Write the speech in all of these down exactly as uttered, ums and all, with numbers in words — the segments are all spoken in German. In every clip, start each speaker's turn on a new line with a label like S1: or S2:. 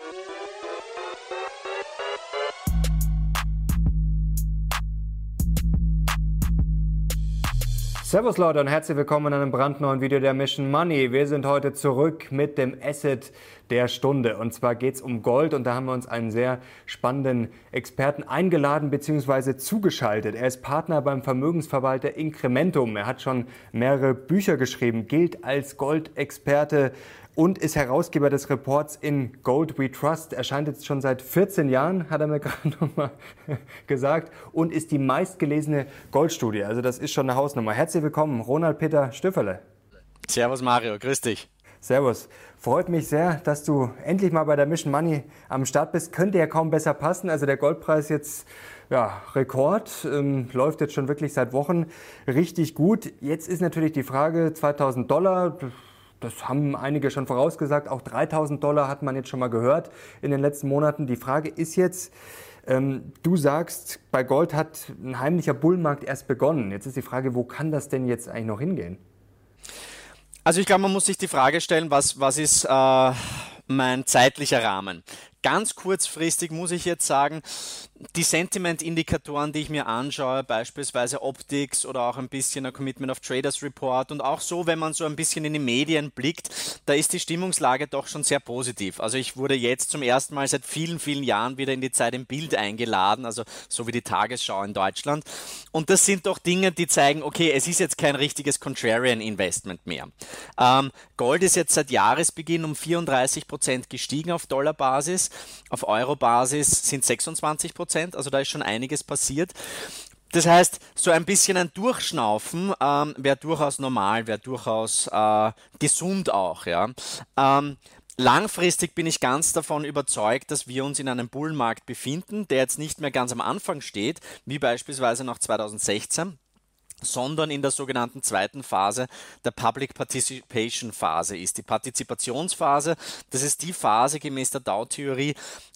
S1: Servus Leute und herzlich willkommen in einem brandneuen Video der Mission Money. Wir sind heute zurück mit dem Asset der Stunde. Und zwar geht es um Gold und da haben wir uns einen sehr spannenden Experten eingeladen bzw. zugeschaltet. Er ist Partner beim Vermögensverwalter Incrementum. Er hat schon mehrere Bücher geschrieben, gilt als Goldexperte und ist Herausgeber des Reports In Gold We Trust. Erscheint jetzt schon seit vierzehn Jahren, hat er mir gerade nochmal gesagt, und ist die meistgelesene Goldstudie. Also das ist schon eine Hausnummer. Herzlich willkommen, Ronald Peter Stöfferle.
S2: Servus Mario, grüß dich.
S1: Servus. Freut mich sehr, dass du endlich mal bei der Mission Money am Start bist. Könnte ja kaum besser passen. Also der Goldpreis jetzt, ja, Rekord, ähm, läuft jetzt schon wirklich seit Wochen richtig gut. Jetzt ist natürlich die Frage, zweitausend Dollar, das haben einige schon vorausgesagt, auch dreitausend Dollar hat man jetzt schon mal gehört in den letzten Monaten. Die Frage ist jetzt, ähm, du sagst, bei Gold hat ein heimlicher Bullmarkt erst begonnen. Jetzt ist die Frage, wo kann das denn jetzt eigentlich noch hingehen?
S2: Also ich glaube, man muss sich die Frage stellen, was, was ist äh, mein zeitlicher Rahmen? Ganz kurzfristig muss ich jetzt sagen, die Sentiment-Indikatoren, die ich mir anschaue, beispielsweise Optics oder auch ein bisschen ein Commitment of Traders Report und auch so, wenn man so ein bisschen in die Medien blickt, da ist die Stimmungslage doch schon sehr positiv. Also ich wurde jetzt zum ersten Mal seit vielen, vielen Jahren wieder in die Zeit im Bild eingeladen, also so wie die Tagesschau in Deutschland. Und das sind doch Dinge, die zeigen, okay, es ist jetzt kein richtiges Contrarian-Investment mehr. Ähm, Gold ist jetzt seit Jahresbeginn um vierunddreißig Prozent gestiegen auf Dollarbasis. Auf Euro-Basis sind sechsundzwanzig Prozent, also da ist schon einiges passiert. Das heißt, so ein bisschen ein Durchschnaufen ähm, wäre durchaus normal, wäre durchaus äh, gesund auch. Ja. Ähm, langfristig bin ich ganz davon überzeugt, dass wir uns in einem Bullenmarkt befinden, der jetzt nicht mehr ganz am Anfang steht, wie beispielsweise nach zweitausendsechzehn. Sondern in der sogenannten zweiten Phase, der Public Participation Phase ist. Die Partizipationsphase, das ist die Phase gemäß der Dow-Theorie,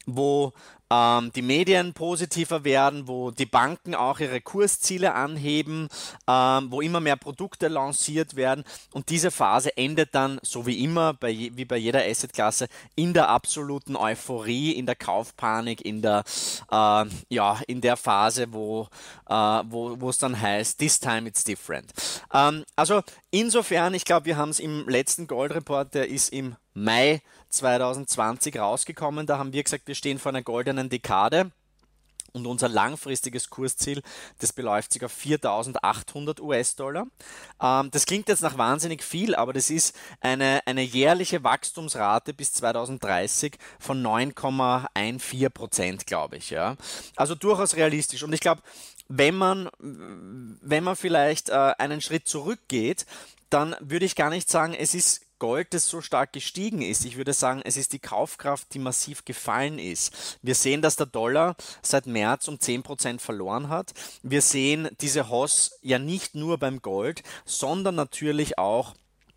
S2: wo ähm, die Medien positiver werden, wo die Banken auch ihre Kursziele anheben, ähm, wo immer mehr Produkte lanciert werden und diese Phase endet dann, so wie immer, bei je, wie bei jeder Assetklasse, in der absoluten Euphorie, in der Kaufpanik, in der, äh, ja, in der Phase, wo äh, wo, wo es dann heißt, this time it's different. Ähm, also insofern, ich glaube, wir haben es im letzten Gold Report, der ist im Mai zweitausendzwanzig rausgekommen, da haben wir gesagt, wir stehen vor einer goldenen Dekade. Und unser langfristiges Kursziel, das beläuft sich auf viertausendachthundert US-Dollar. Ähm, das klingt jetzt nach wahnsinnig viel, aber das ist eine, eine jährliche Wachstumsrate bis zweitausenddreißig von neun Komma vierzehn Prozent, glaube ich. Ja. Also durchaus realistisch. Und ich glaube, wenn man, wenn man vielleicht äh, einen Schritt zurückgeht, dann würde ich gar nicht sagen, es ist Gold, das so stark gestiegen ist. Ich würde sagen, es ist die Kaufkraft, die massiv gefallen ist. Wir sehen, dass der Dollar seit März um zehn Prozent verloren hat. Wir sehen diese Hoss ja nicht nur beim Gold, sondern natürlich auch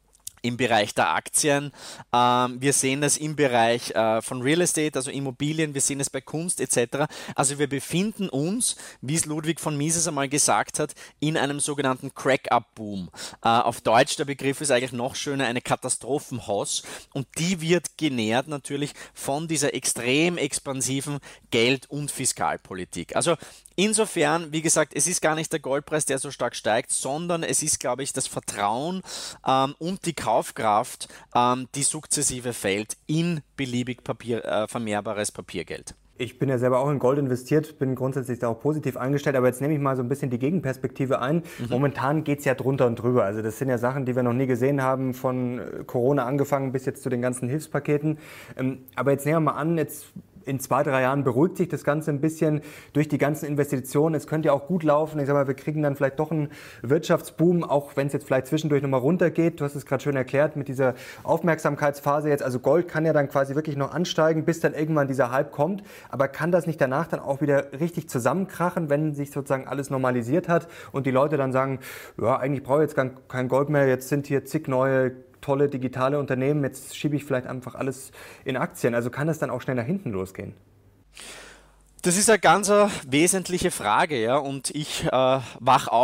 S2: im Bereich der Aktien. Ähm, wir sehen das im Bereich äh, von Real Estate, also Immobilien, wir sehen es bei Kunst et cetera. Also wir befinden uns, wie es Ludwig von Mises einmal gesagt hat, in einem sogenannten Crack-Up-Boom. Äh, auf Deutsch, der Begriff ist eigentlich noch schöner, eine Katastrophenhoss. Und die wird genährt natürlich von dieser extrem expansiven Geld- und Fiskalpolitik. Also insofern, wie gesagt, es ist gar nicht der Goldpreis, der so stark steigt, sondern es ist, glaube ich, das Vertrauen ähm, und die Kaufkraft, ähm, die sukzessive fällt in beliebig Papier, äh, vermehrbares Papiergeld.
S1: Ich bin ja selber auch in Gold investiert, bin grundsätzlich da auch positiv eingestellt, aber jetzt nehme ich mal so ein bisschen die Gegenperspektive ein. Mhm. Momentan geht es ja drunter und drüber. Also das sind ja Sachen, die wir noch nie gesehen haben, von Corona angefangen bis jetzt zu den ganzen Hilfspaketen. Aber jetzt nehmen wir mal an, jetzt in zwei, drei Jahren beruhigt sich das Ganze ein bisschen durch die ganzen Investitionen. Es könnte ja auch gut laufen. Ich sag mal, wir kriegen dann vielleicht doch einen Wirtschaftsboom, auch wenn es jetzt vielleicht zwischendurch nochmal runtergeht. Du hast es gerade schön erklärt mit dieser Aufmerksamkeitsphase jetzt. Also Gold kann ja dann quasi wirklich noch ansteigen, bis dann irgendwann dieser Hype kommt. Aber kann das nicht danach dann auch wieder richtig zusammenkrachen, wenn sich sozusagen alles normalisiert hat und die Leute dann sagen, ja, eigentlich brauche ich jetzt gar kein Gold mehr, jetzt sind hier zig neue tolle digitale Unternehmen, jetzt schiebe ich vielleicht einfach alles in Aktien. Also kann das dann auch schnell nach hinten losgehen?
S2: Das ist eine ganz wesentliche Frage, ja, und ich äh, wach auch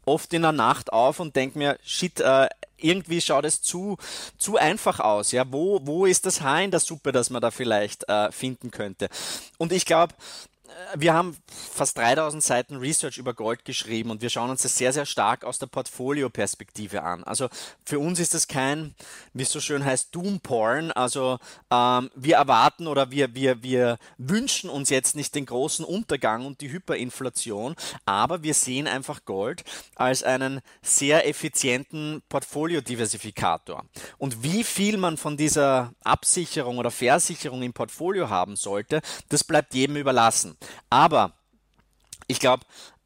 S2: oft in der Nacht auf und denke mir, shit, äh, irgendwie schaut es zu, zu einfach aus. Ja, wo, wo ist das Haar in der Suppe, das man da vielleicht äh, finden könnte? Und ich glaube, wir haben fast dreitausend Seiten Research über Gold geschrieben und wir schauen uns das sehr, sehr stark aus der Portfolio-Perspektive an. Also für uns ist das kein, wie es so schön heißt, Doom-Porn. Also ähm, wir erwarten oder wir, wir, wir wünschen uns jetzt nicht den großen Untergang und die Hyperinflation, aber wir sehen einfach Gold als einen sehr effizienten Portfolio-Diversifikator. Und wie viel man von dieser Absicherung oder Versicherung im Portfolio haben sollte, das bleibt jedem überlassen. Aber ich glaube,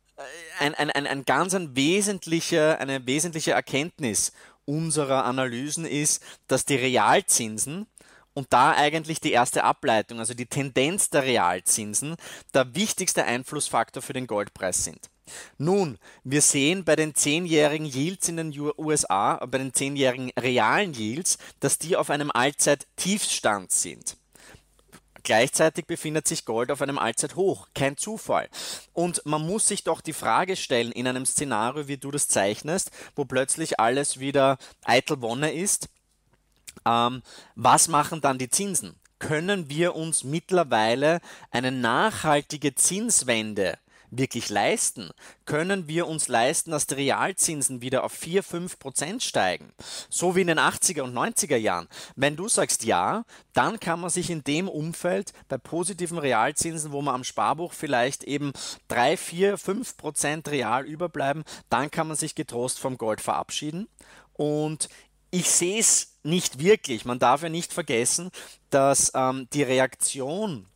S2: ein, ein, ein, ein ganz ein wesentliche, eine wesentliche Erkenntnis unserer Analysen ist, dass die Realzinsen und da eigentlich die erste Ableitung, also die Tendenz der Realzinsen, der wichtigste Einflussfaktor für den Goldpreis sind. Nun, wir sehen bei den zehnjährigen Yields in den U S A, bei den zehnjährigen realen Yields, dass die auf einem Allzeit-Tiefstand sind. Gleichzeitig befindet sich Gold auf einem Allzeithoch. Kein Zufall. Und man muss sich doch die Frage stellen, in einem Szenario, wie du das zeichnest, wo plötzlich alles wieder eitel Wonne ist, ähm, was machen dann die Zinsen? Können wir uns mittlerweile eine nachhaltige Zinswende wirklich leisten? Können wir uns leisten, dass die Realzinsen wieder auf vier bis fünf Prozent steigen? So wie in den achtziger und neunziger Jahren. Wenn du sagst ja, dann kann man sich in dem Umfeld bei positiven Realzinsen, wo man am Sparbuch vielleicht eben drei, vier, fünf Prozent real überbleiben, dann kann man sich getrost vom Gold verabschieden. Und ich sehe es nicht wirklich. Man darf ja nicht vergessen, dass ähm, die Reaktion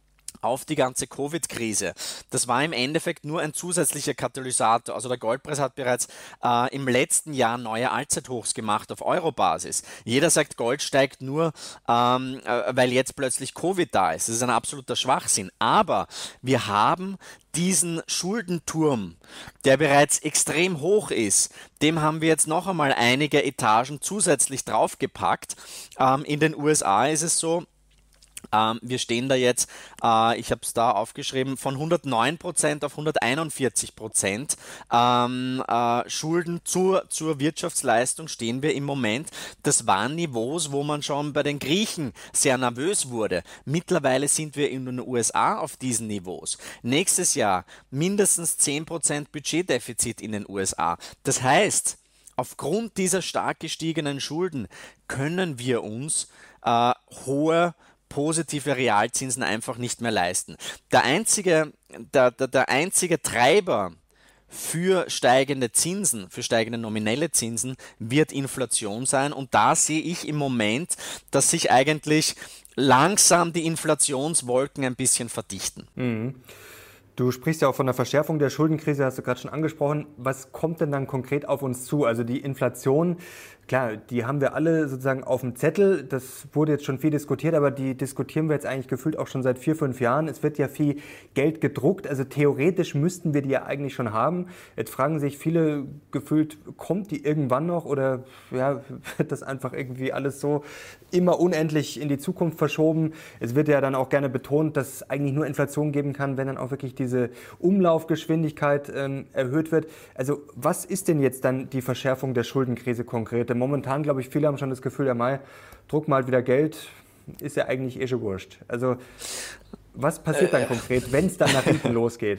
S2: auf die ganze Covid-Krise. Das war im Endeffekt nur ein zusätzlicher Katalysator. Also der Goldpreis hat bereits äh, im letzten Jahr neue Allzeithochs gemacht auf Euro-Basis. Jeder sagt, Gold steigt nur, ähm, äh, weil jetzt plötzlich Covid da ist. Das ist ein absoluter Schwachsinn. Aber wir haben diesen Schuldenturm, der bereits extrem hoch ist, dem haben wir jetzt noch einmal einige Etagen zusätzlich draufgepackt. Ähm, in den U S A ist es so, Ähm, wir stehen da jetzt, äh, ich habe es da aufgeschrieben, von hundertneun Prozent auf hunderteinundvierzig Prozent ähm, äh, Schulden zur, zur Wirtschaftsleistung stehen wir im Moment. Das waren Niveaus, wo man schon bei den Griechen sehr nervös wurde. Mittlerweile sind wir in den U S A auf diesen Niveaus. Nächstes Jahr mindestens zehn Prozent Budgetdefizit in den U S A. Das heißt, aufgrund dieser stark gestiegenen Schulden können wir uns äh, hohe positive Realzinsen einfach nicht mehr leisten. Der einzige, der, der, der einzige Treiber für steigende Zinsen, für steigende nominelle Zinsen wird Inflation sein. Und da sehe ich im Moment, dass sich eigentlich langsam die Inflationswolken ein bisschen verdichten.
S1: Mhm. Du sprichst ja auch von der Verschärfung der Schuldenkrise, hast du gerade schon angesprochen. Was kommt denn dann konkret auf uns zu? Also die Inflation, klar, die haben wir alle sozusagen auf dem Zettel. Das wurde jetzt schon viel diskutiert, aber die diskutieren wir jetzt eigentlich gefühlt auch schon seit vier, fünf Jahren. Es wird ja viel Geld gedruckt, also theoretisch müssten wir die ja eigentlich schon haben. Jetzt fragen sich viele gefühlt, kommt die irgendwann noch oder ja, wird das einfach irgendwie alles so immer unendlich in die Zukunft verschoben? Es wird ja dann auch gerne betont, dass es eigentlich nur Inflation geben kann, wenn dann auch wirklich diese Umlaufgeschwindigkeit ähm, erhöht wird. Also was ist denn jetzt dann die Verschärfung der Schuldenkrise konkret? Denn momentan, glaube ich, viele haben schon das Gefühl, ja Mai, druck mal wieder Geld, ist ja eigentlich eh schon wurscht. Also was passiert dann konkret, wenn es dann nach hinten losgeht?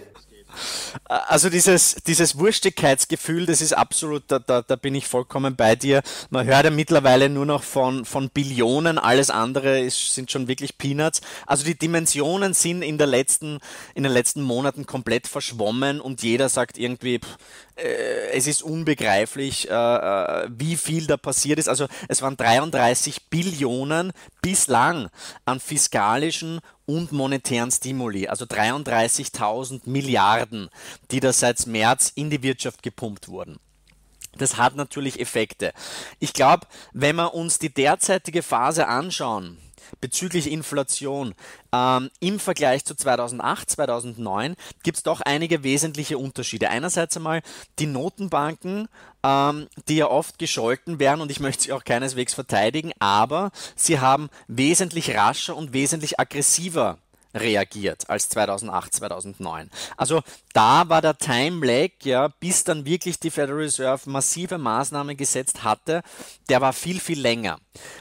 S2: Also dieses, dieses Wurstigkeitsgefühl, das ist absolut, da, da, da bin ich vollkommen bei dir. Man hört ja mittlerweile nur noch von, von Billionen, alles andere ist, sind schon wirklich Peanuts. Also die Dimensionen sind in, der letzten, in den letzten Monaten komplett verschwommen und jeder sagt irgendwie, pff, äh, es ist unbegreiflich, äh, wie viel da passiert ist. Also es waren dreiunddreißig Billionen bislang an fiskalischen und monetären Stimuli, also dreiunddreißigtausend Milliarden, die da seit März in die Wirtschaft gepumpt wurden. Das hat natürlich Effekte. Ich glaube, wenn wir uns die derzeitige Phase anschauen, bezüglich Inflation, ähm, im Vergleich zu zweitausendacht, zweitausendneun gibt es doch einige wesentliche Unterschiede. Einerseits einmal die Notenbanken, ähm, die ja oft gescholten werden und ich möchte sie auch keineswegs verteidigen, aber sie haben wesentlich rascher und wesentlich aggressiver reagiert als zweitausendacht, zweitausendneun. Also da war der Time Lag, ja, bis dann wirklich die Federal Reserve massive Maßnahmen gesetzt hatte, der war viel, viel länger.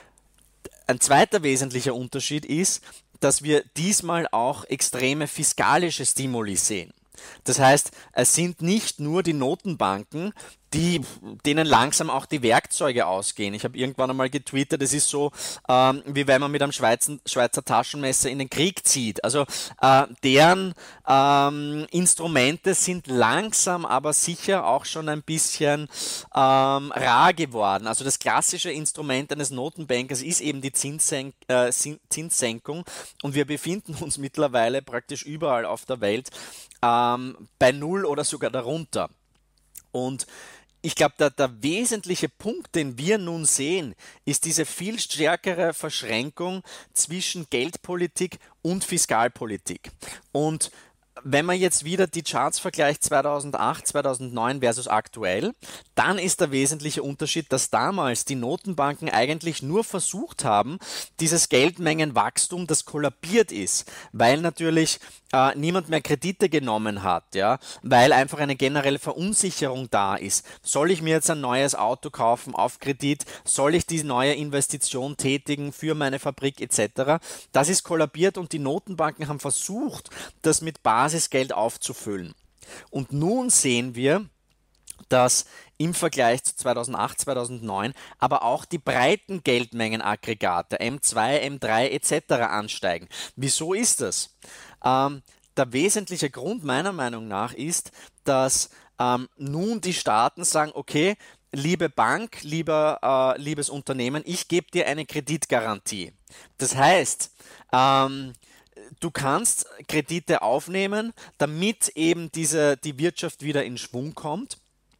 S2: Ein zweiter wesentlicher Unterschied ist, dass wir diesmal auch extreme fiskalische Stimuli sehen. Das heißt, es sind nicht nur die Notenbanken, die, denen langsam auch die Werkzeuge ausgehen. Ich habe irgendwann einmal getwittert, es ist so, ähm, wie wenn man mit einem Schweizer, Schweizer Taschenmesser in den Krieg zieht. Also äh, deren ähm, Instrumente sind langsam, aber sicher auch schon ein bisschen ähm, rar geworden. Also das klassische Instrument eines Notenbankers ist eben die Zinssenk äh, Zinssenkung, und wir befinden uns mittlerweile praktisch überall auf der Welt ähm, bei Null oder sogar darunter. Und ich glaube, der, der wesentliche Punkt, den wir nun sehen, ist diese viel stärkere Verschränkung zwischen Geldpolitik und Fiskalpolitik. Und wenn man jetzt wieder die Charts vergleicht zweitausendacht, zweitausendneun versus aktuell, dann ist der wesentliche Unterschied, dass damals die Notenbanken eigentlich nur versucht haben, dieses Geldmengenwachstum, das kollabiert ist, weil natürlich äh, niemand mehr Kredite genommen hat, ja, weil einfach eine generelle Verunsicherung da ist. Soll ich mir jetzt ein neues Auto kaufen auf Kredit? Soll ich diese neue Investition tätigen für meine Fabrik et cetera? Das ist kollabiert, und die Notenbanken haben versucht, das mit Basisgeld aufzufüllen. Und nun sehen wir, dass im Vergleich zu zweitausendacht, zweitausendneun aber auch die breiten Geldmengenaggregate M zwei, M drei et cetera ansteigen. Wieso ist das? Ähm, der wesentliche Grund meiner Meinung nach ist, dass ähm, nun die Staaten sagen, okay, liebe Bank, lieber, äh, liebes Unternehmen, ich gebe dir eine Kreditgarantie. Das heißt, ähm, du kannst Kredite aufnehmen, damit eben diese, die Wirtschaft wieder in Schwung kommt.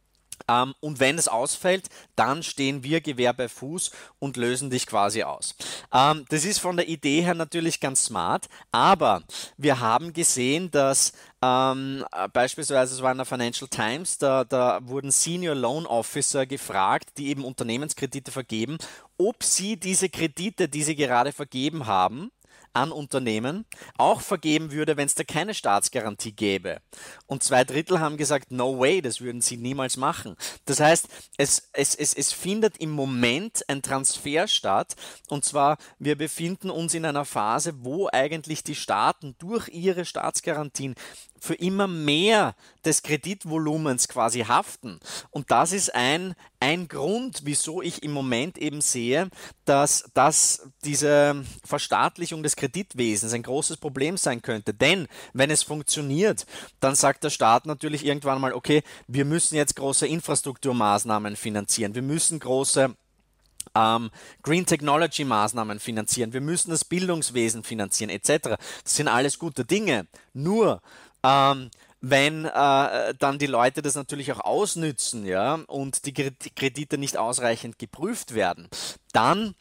S2: Ähm, und wenn es ausfällt, dann stehen wir Gewehr bei Fuß und lösen dich quasi aus. Ähm, das ist von der Idee her natürlich ganz smart, aber wir haben gesehen, dass ähm, beispielsweise, es war in der Financial Times, da, da wurden Senior Loan Officer gefragt, die eben Unternehmenskredite vergeben, ob sie diese Kredite, die sie gerade vergeben haben, an Unternehmen auch vergeben würde, wenn es da keine Staatsgarantie gäbe. Und zwei Drittel haben gesagt, no way, das würden sie niemals machen. Das heißt, es, es, es, es findet im Moment ein Transfer statt, und zwar, wir befinden uns in einer Phase, wo eigentlich die Staaten durch ihre Staatsgarantien für immer mehr des Kreditvolumens quasi haften. Und das ist ein, ein Grund, wieso ich im Moment eben sehe, dass, dass diese Verstaatlichung des Kreditwesens ein großes Problem sein könnte. Denn wenn es funktioniert, dann sagt der Staat natürlich irgendwann mal, okay, wir müssen jetzt große Infrastrukturmaßnahmen finanzieren, wir müssen große Ähm, Green Technology Maßnahmen finanzieren, wir müssen das Bildungswesen finanzieren et cetera. Das sind alles gute Dinge. Nur ähm, wenn äh, dann die Leute das natürlich auch ausnützen, ja, und die Kredite nicht ausreichend geprüft werden, dann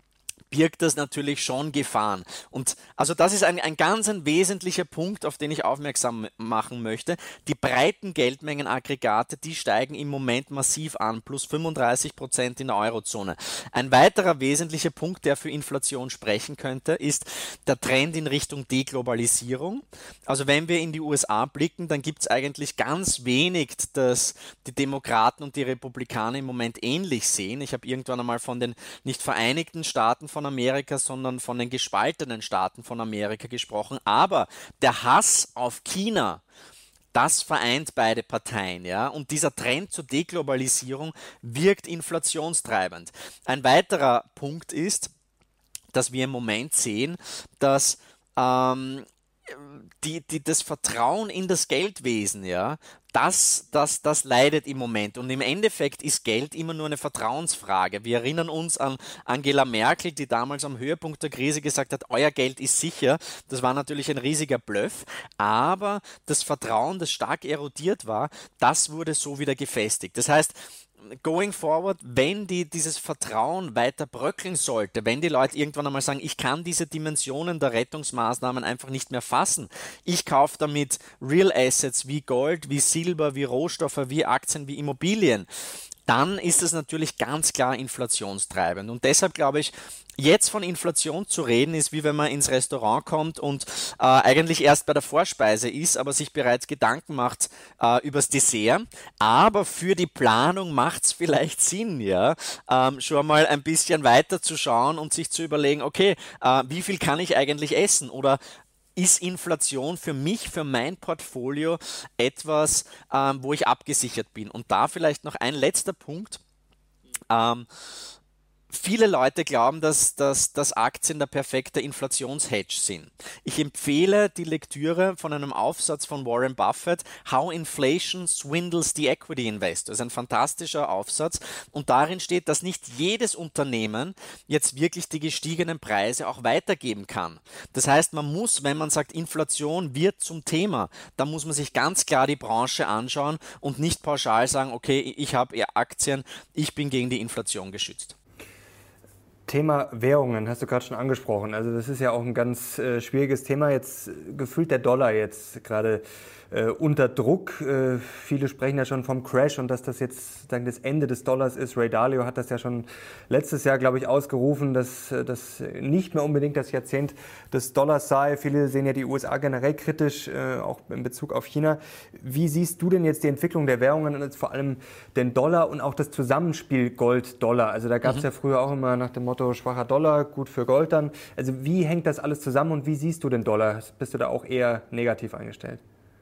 S2: birgt das natürlich schon Gefahren. Und also das ist ein, ein ganz ein wesentlicher Punkt, auf den ich aufmerksam machen möchte. Die breiten Geldmengenaggregate, die steigen im Moment massiv an, plus fünfunddreißig Prozent in der Eurozone. Ein weiterer wesentlicher Punkt, der für Inflation sprechen könnte, ist der Trend in Richtung Deglobalisierung. Also wenn wir in die U S A blicken, dann gibt es eigentlich ganz wenig, das die Demokraten und die Republikaner im Moment ähnlich sehen. Ich habe irgendwann einmal von den nicht Vereinigten Staaten von Amerika, sondern von den gespaltenen Staaten von Amerika gesprochen. Aber der Hass auf China, das vereint beide Parteien, ja, und dieser Trend zur Deglobalisierung wirkt inflationstreibend. Ein weiterer Punkt ist, dass wir im Moment sehen, dass ähm, die, die, das Vertrauen in das Geldwesen, ja, das, das, das leidet im Moment. Und im Endeffekt ist Geld immer nur eine Vertrauensfrage. Wir erinnern uns an Angela Merkel, die damals am Höhepunkt der Krise gesagt hat, euer Geld ist sicher. Das war natürlich ein riesiger Bluff, aber das Vertrauen, das stark erodiert war, das wurde so wieder gefestigt. Das heißt, going forward, wenn die, dieses Vertrauen weiter bröckeln sollte, wenn die Leute irgendwann einmal sagen, ich kann diese Dimensionen der Rettungsmaßnahmen einfach nicht mehr fassen, ich kaufe damit Real Assets wie Gold, wie Silber, wie Rohstoffe, wie Aktien, wie Immobilien, dann ist es natürlich ganz klar inflationstreibend. Und deshalb glaube ich, jetzt von Inflation zu reden, ist wie wenn man ins Restaurant kommt und äh, eigentlich erst bei der Vorspeise ist, aber sich bereits Gedanken macht äh, übers Dessert. Aber für die Planung macht es vielleicht Sinn, ja, ähm, schon mal ein bisschen weiter zu schauen und sich zu überlegen, okay, äh, wie viel kann ich eigentlich essen? Oder ist Inflation für mich, für mein Portfolio etwas, ähm, wo ich abgesichert bin? Und da vielleicht noch ein letzter Punkt. Ähm, Viele Leute glauben, dass, dass, dass Aktien der perfekte Inflationshedge sind. Ich empfehle die Lektüre von einem Aufsatz von Warren Buffett, How Inflation Swindles the Equity Investor. Das ist ein fantastischer Aufsatz und darin steht, dass nicht jedes Unternehmen jetzt wirklich die gestiegenen Preise auch weitergeben kann. Das heißt, man muss, wenn man sagt, Inflation wird zum Thema, dann muss man sich ganz klar die Branche anschauen und nicht pauschal sagen, okay, ich habe eher Aktien, ich bin gegen die Inflation geschützt.
S1: Thema Währungen hast du gerade schon angesprochen. Also das ist ja auch ein ganz äh, schwieriges Thema. Jetzt äh, gefühlt der Dollar jetzt gerade äh, unter Druck. Äh, viele sprechen ja schon vom Crash und dass das jetzt sozusagen das Ende des Dollars ist. Ray Dalio hat das ja schon letztes Jahr, glaube ich, ausgerufen, dass das nicht mehr unbedingt das Jahrzehnt des Dollars sei. Viele sehen ja die U S A generell kritisch, äh, auch in Bezug auf China. Wie siehst du denn jetzt die Entwicklung der Währungen und jetzt vor allem den Dollar und auch das Zusammenspiel Gold-Dollar? Also da gab es mhm. ja früher auch immer nach dem Motto schwacher Dollar, gut für Gold dann. Also wie hängt das alles zusammen und wie siehst du den Dollar? Bist du da auch eher negativ eingestellt?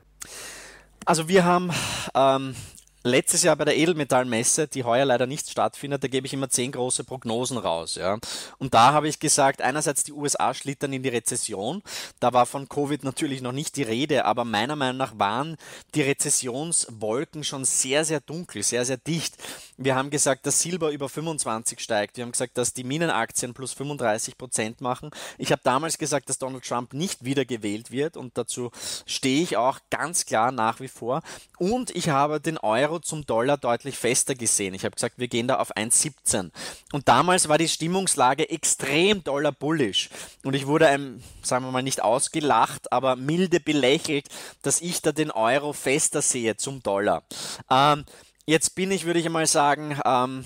S2: Also wir haben ähm, letztes Jahr bei der Edelmetallmesse, die heuer leider nicht stattfindet, da gebe ich immer zehn große Prognosen raus. Ja. Und da habe ich gesagt, einerseits die U S A schlittern in die Rezession. Da war von Covid natürlich noch nicht die Rede, aber meiner Meinung nach waren die Rezessionswolken schon sehr, sehr dunkel, sehr, sehr dicht. Wir haben gesagt, dass Silber über fünfundzwanzig steigt. Wir haben gesagt, dass die Minenaktien plus fünfunddreißig Prozent machen. Ich habe damals gesagt, dass Donald Trump nicht wiedergewählt wird und dazu stehe ich auch ganz klar nach wie vor. Und ich habe den Euro zum Dollar deutlich fester gesehen. Ich habe gesagt, wir gehen da auf eins Komma siebzehn. Und damals war die Stimmungslage extrem Dollar bullish. Und ich wurde einem, sagen wir mal, nicht ausgelacht, aber milde belächelt, dass ich da den Euro fester sehe zum Dollar. Ähm, Jetzt bin ich, würde ich einmal sagen, ähm,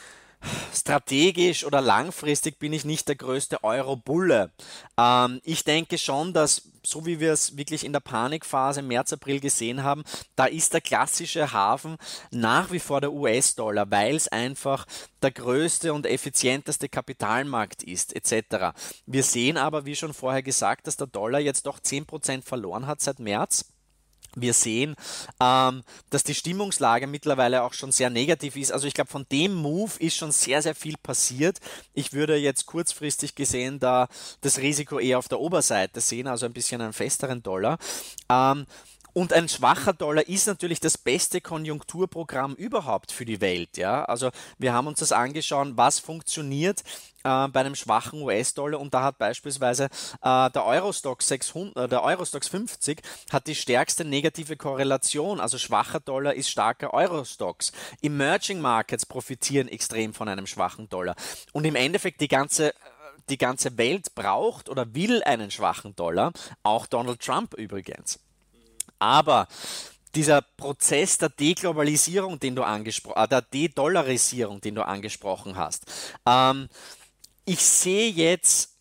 S2: strategisch oder langfristig bin ich nicht der größte Euro-Bulle. Ähm, ich denke schon, dass, so wie wir es wirklich in der Panikphase März, April gesehen haben, da ist der klassische Hafen nach wie vor der U S-Dollar, weil es einfach der größte und effizienteste Kapitalmarkt ist, et cetera. Wir sehen aber, wie schon vorher gesagt, dass der Dollar jetzt doch zehn Prozent verloren hat seit März. Wir sehen, ähm, dass die Stimmungslage mittlerweile auch schon sehr negativ ist. Also ich glaube, von dem Move ist schon sehr, sehr viel passiert. Ich würde jetzt kurzfristig gesehen da das Risiko eher auf der Oberseite sehen, also ein bisschen einen festeren Dollar. Ähm, Und ein schwacher Dollar ist natürlich das beste Konjunkturprogramm überhaupt für die Welt. Ja? Also wir haben uns das angeschaut, was funktioniert äh, bei einem schwachen U S-Dollar und da hat beispielsweise äh, der Eurostoxx sechshundert, äh, der Eurostoxx fünfzig hat die stärkste negative Korrelation, also schwacher Dollar ist starker Eurostoxx. Emerging Markets profitieren extrem von einem schwachen Dollar und im Endeffekt die ganze die ganze Welt braucht oder will einen schwachen Dollar, auch Donald Trump übrigens. Aber dieser Prozess der Deglobalisierung, den du angesprochen, äh, der De-Dollarisierung, den du angesprochen hast, ähm, ich sehe jetzt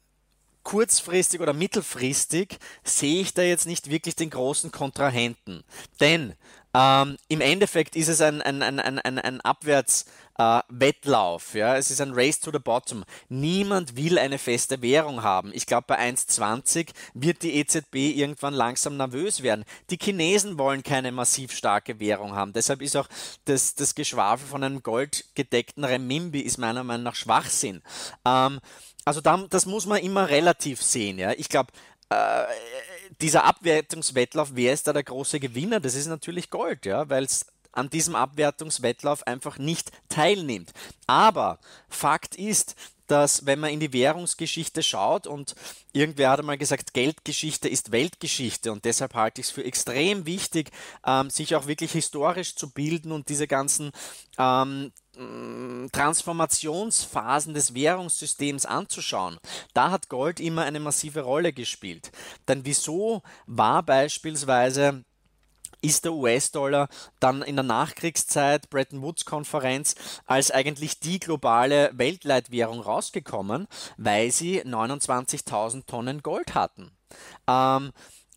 S2: kurzfristig oder mittelfristig, sehe ich da jetzt nicht wirklich den großen Kontrahenten. Denn ähm, im Endeffekt ist es ein, ein, ein, ein, ein Abwärtswettlauf. Äh, ja? Es ist ein Race to the Bottom. Niemand will eine feste Währung haben. Ich glaube, bei eins Komma zwanzig wird die E Z B irgendwann langsam nervös werden. Die Chinesen wollen keine massiv starke Währung haben. Deshalb ist auch das, das Geschwafel von einem goldgedeckten Renminbi ist meiner Meinung nach Schwachsinn. Ähm, also da, das muss man immer relativ sehen. Ja? Ich glaube, äh, dieser Abwertungswettlauf, wer ist da der große Gewinner? Das ist natürlich Gold, ja, weil es an diesem Abwertungswettlauf einfach nicht teilnimmt. Aber Fakt ist, dass wenn man in die Währungsgeschichte schaut und irgendwer hat einmal gesagt, Geldgeschichte ist Weltgeschichte und deshalb halte ich es für extrem wichtig, ähm, sich auch wirklich historisch zu bilden und diese ganzen ähm, Transformationsphasen des Währungssystems anzuschauen. Da hat Gold immer eine massive Rolle gespielt. Denn wieso war beispielsweise ist der U S-Dollar dann in der Nachkriegszeit, Bretton Woods-Konferenz, als eigentlich die globale Weltleitwährung rausgekommen, weil sie neunundzwanzigtausend Tonnen Gold hatten. Ähm,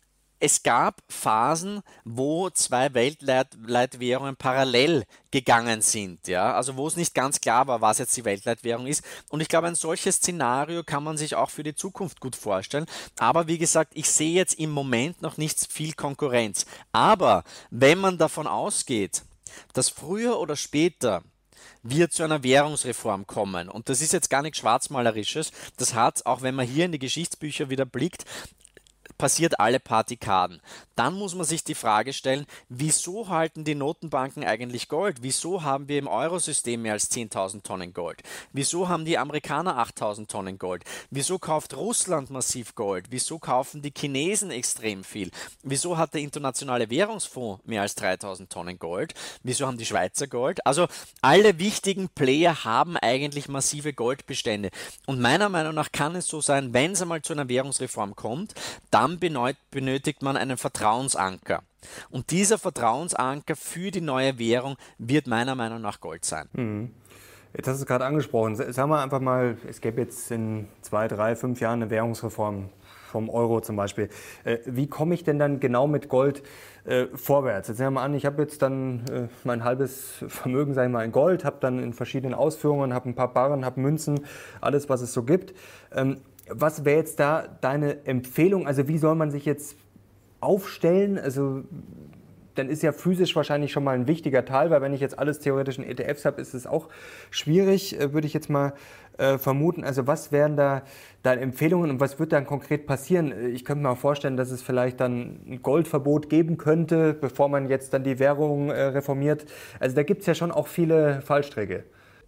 S2: Es gab Phasen, wo zwei Weltleitwährungen parallel gegangen sind, ja, also wo es nicht ganz klar war, was jetzt die Weltleitwährung ist. Und ich glaube, ein solches Szenario kann man sich auch für die Zukunft gut vorstellen. Aber wie gesagt, ich sehe jetzt im Moment noch nicht viel Konkurrenz. Aber wenn man davon ausgeht, dass früher oder später wir zu einer Währungsreform kommen, und das ist jetzt gar nichts Schwarzmalerisches, das hat, auch wenn man hier in die Geschichtsbücher wieder blickt, passiert alle paar Dekaden. Dann muss man sich die Frage stellen, wieso halten die Notenbanken eigentlich Gold? Wieso haben wir im Eurosystem mehr als zehntausend Tonnen Gold? Wieso haben die Amerikaner achttausend Tonnen Gold? Wieso kauft Russland massiv Gold? Wieso kaufen die Chinesen extrem viel? Wieso hat der Internationale Währungsfonds mehr als dreitausend Tonnen Gold? Wieso haben die Schweizer Gold? Also alle wichtigen Player haben eigentlich massive Goldbestände. Und meiner Meinung nach kann es so sein, wenn es einmal zu einer Währungsreform kommt, dann benötigt man einen Vertrauensanker. Und dieser Vertrauensanker für die neue Währung wird meiner Meinung nach Gold sein.
S1: Mhm. Jetzt hast du es gerade angesprochen. Sagen wir einfach mal, es gäbe jetzt in zwei, drei, fünf Jahren eine Währungsreform vom Euro zum Beispiel. Wie komme ich denn dann genau mit Gold äh, vorwärts? Jetzt nehmen wir mal an, ich habe jetzt dann äh, mein halbes Vermögen, sage ich mal, in Gold, habe dann in verschiedenen Ausführungen, habe ein paar Barren, habe Münzen, alles, was es so gibt. Ähm, Was wäre jetzt da deine Empfehlung? Also wie soll man sich jetzt aufstellen? Also dann ist ja physisch wahrscheinlich schon mal ein wichtiger Teil, weil wenn ich jetzt alles theoretisch in E T Fs habe, ist es auch schwierig, würde ich jetzt mal äh, vermuten. Also was wären da deine Empfehlungen und was wird dann konkret passieren? Ich könnte mir auch vorstellen, dass es vielleicht dann ein Goldverbot geben könnte, bevor man jetzt dann die Währung äh, reformiert. Also da gibt es ja schon auch viele Fallstricke.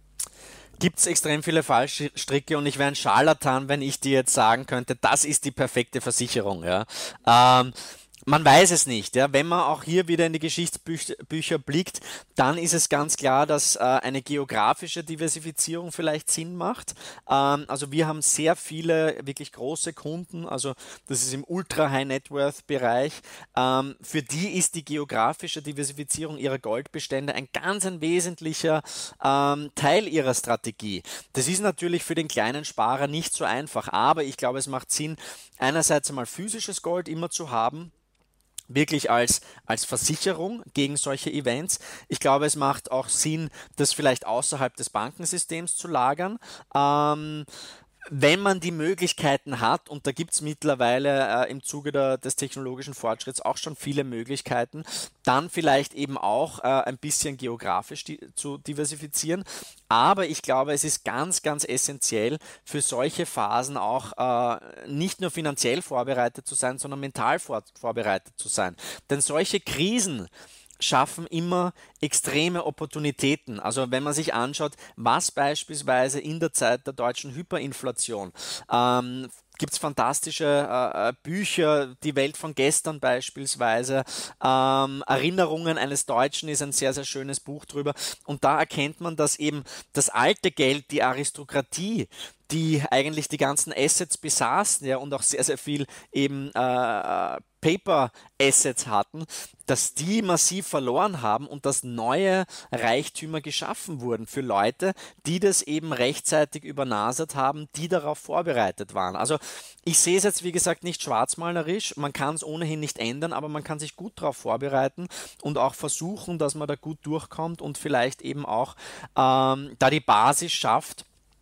S2: Gibt es extrem viele Fallstricke und ich wäre ein Scharlatan, wenn ich dir jetzt sagen könnte, das ist die perfekte Versicherung. Ja. Ähm, Man weiß es nicht. Ja. Wenn man auch hier wieder in die Geschichtsbücher blickt, dann ist es ganz klar, dass äh, eine geografische Diversifizierung vielleicht Sinn macht. Ähm, also wir haben sehr viele wirklich große Kunden, also das ist im Ultra-High-Net-Worth-Bereich. Ähm, für die ist die geografische Diversifizierung ihrer Goldbestände ein ganz ein wesentlicher ähm, Teil ihrer Strategie. Das ist natürlich für den kleinen Sparer nicht so einfach, aber ich glaube, es macht Sinn, einerseits einmal physisches Gold immer zu haben, wirklich als, als Versicherung gegen solche Events. Ich glaube, es macht auch Sinn, das vielleicht außerhalb des Bankensystems zu lagern. Ähm, wenn man die Möglichkeiten hat, und da gibt es mittlerweile äh, im Zuge der, des technologischen Fortschritts auch schon viele Möglichkeiten, dann vielleicht eben auch äh, ein bisschen geografisch die, zu diversifizieren. Aber ich glaube, es ist ganz, ganz essentiell für solche Phasen auch äh, nicht nur finanziell vorbereitet zu sein, sondern mental vor, vorbereitet zu sein. Denn solche Krisen schaffen immer extreme Opportunitäten. Also wenn man sich anschaut, was beispielsweise in der Zeit der deutschen Hyperinflation ähm, gibt es fantastische äh, Bücher, die Welt von gestern beispielsweise, ähm, Erinnerungen eines Deutschen ist ein sehr, sehr schönes Buch drüber und da erkennt man, dass eben das alte Geld, die Aristokratie, die eigentlich die ganzen Assets besaßen, ja, und auch sehr, sehr viel eben äh, Paper Assets hatten, dass die massiv verloren haben und dass neue Reichtümer geschaffen wurden für Leute, die das eben rechtzeitig übernasert haben, die darauf vorbereitet waren. Also ich sehe es jetzt, wie gesagt, nicht schwarzmalerisch, man kann es ohnehin nicht ändern, aber man kann sich gut darauf vorbereiten und auch versuchen, dass man da gut durchkommt und vielleicht eben auch ähm, da die Basis schafft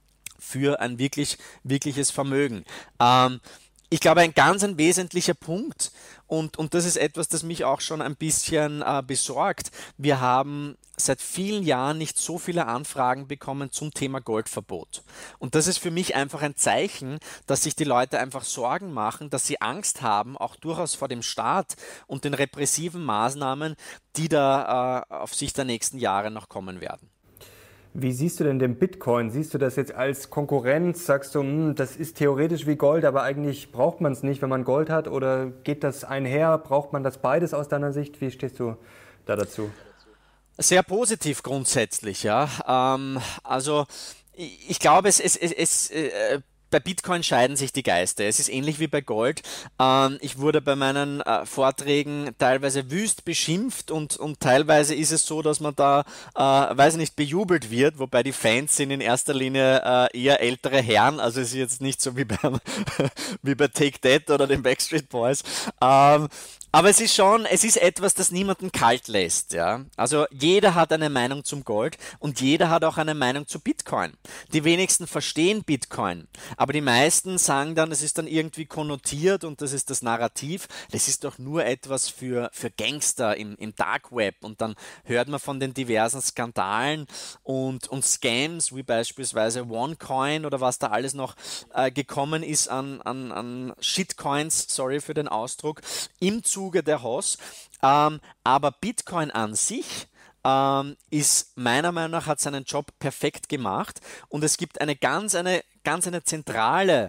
S2: für ein wirklich, wirkliches Vermögen. Ähm, ich glaube, ein ganz ein wesentlicher Punkt, und, und das ist etwas, das mich auch schon ein bisschen äh, besorgt. Wir haben seit vielen Jahren nicht so viele Anfragen bekommen zum Thema Goldverbot. Und das ist für mich einfach ein Zeichen, dass sich die Leute einfach Sorgen machen, dass sie Angst haben, auch durchaus vor dem Staat und den repressiven Maßnahmen, die da äh, auf Sicht der nächsten Jahre noch kommen werden.
S1: Wie siehst du denn den Bitcoin? Siehst du das jetzt als Konkurrenz? Sagst du, hm, das ist theoretisch wie Gold, aber eigentlich braucht man es nicht, wenn man Gold hat? Oder geht das einher? Braucht man das beides aus deiner Sicht? Wie stehst du da dazu?
S2: Sehr positiv grundsätzlich, ja. Ähm, also ich, ich glaube, es, es, es, es äh, bei Bitcoin scheiden sich die Geister. Es ist ähnlich wie bei Gold. Ähm, ich wurde bei meinen äh, Vorträgen teilweise wüst beschimpft und, und teilweise ist es so, dass man da, äh, weiß ich nicht, bejubelt wird, wobei die Fans sind in erster Linie äh, eher ältere Herren, also es ist jetzt nicht so wie, beim, wie bei Take That oder den Backstreet Boys. Ähm, Aber es ist schon, es ist etwas, das niemanden kalt lässt, ja. Also jeder hat eine Meinung zum Gold und jeder hat auch eine Meinung zu Bitcoin. Die wenigsten verstehen Bitcoin, aber die meisten sagen dann, es ist dann irgendwie konnotiert und das ist das Narrativ. Das ist doch nur etwas für, für Gangster im, im Dark Web und dann hört man von den diversen Skandalen und, und Scams, wie beispielsweise OneCoin oder was da alles noch äh, gekommen ist an, an, an Shitcoins, sorry für den Ausdruck, im Zuge der H O S, ähm, aber Bitcoin an sich ähm, ist meiner Meinung nach, hat seinen Job perfekt gemacht und es gibt eine ganz eine, ganz eine zentrale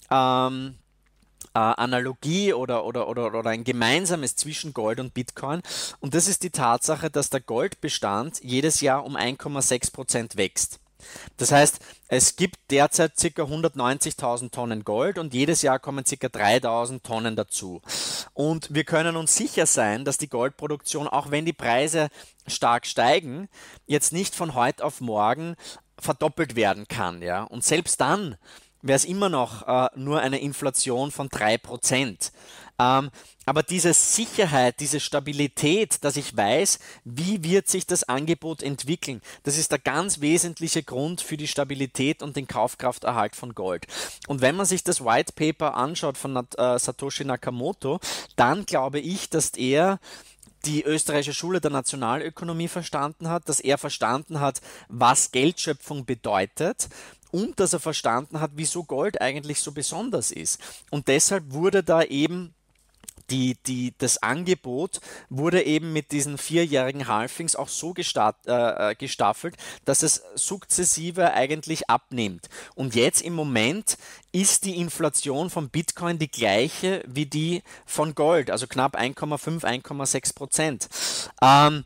S2: ähm, äh, Analogie oder, oder, oder, oder ein gemeinsames zwischen Gold und Bitcoin und das ist die Tatsache, dass der Goldbestand jedes Jahr um eins Komma sechs Prozent wächst. Das heißt, es gibt derzeit ca. hundertneunzigtausend Tonnen Gold und jedes Jahr kommen ca. dreitausend Tonnen dazu. Und wir können uns sicher sein, dass die Goldproduktion, auch wenn die Preise stark steigen, jetzt nicht von heute auf morgen verdoppelt werden kann. Ja? Und selbst dann wäre es immer noch äh, nur eine Inflation von drei Prozent. Ähm, aber diese Sicherheit, diese Stabilität, dass ich weiß, wie wird sich das Angebot entwickeln, das ist der ganz wesentliche Grund für die Stabilität und den Kaufkrafterhalt von Gold. Und wenn man sich das White Paper anschaut von äh, Satoshi Nakamoto, dann glaube ich, dass er die österreichische Schule der Nationalökonomie verstanden hat, dass er verstanden hat, was Geldschöpfung bedeutet und dass er verstanden hat, wieso Gold eigentlich so besonders ist. Und deshalb wurde da eben Die, die, das Angebot wurde eben mit diesen vierjährigen Halvings auch so gestart, äh, gestaffelt, dass es sukzessive eigentlich abnimmt. Und jetzt im Moment ist die Inflation von Bitcoin die gleiche wie die von Gold, also knapp eins Komma fünf, eins Komma sechs Prozent. Ähm,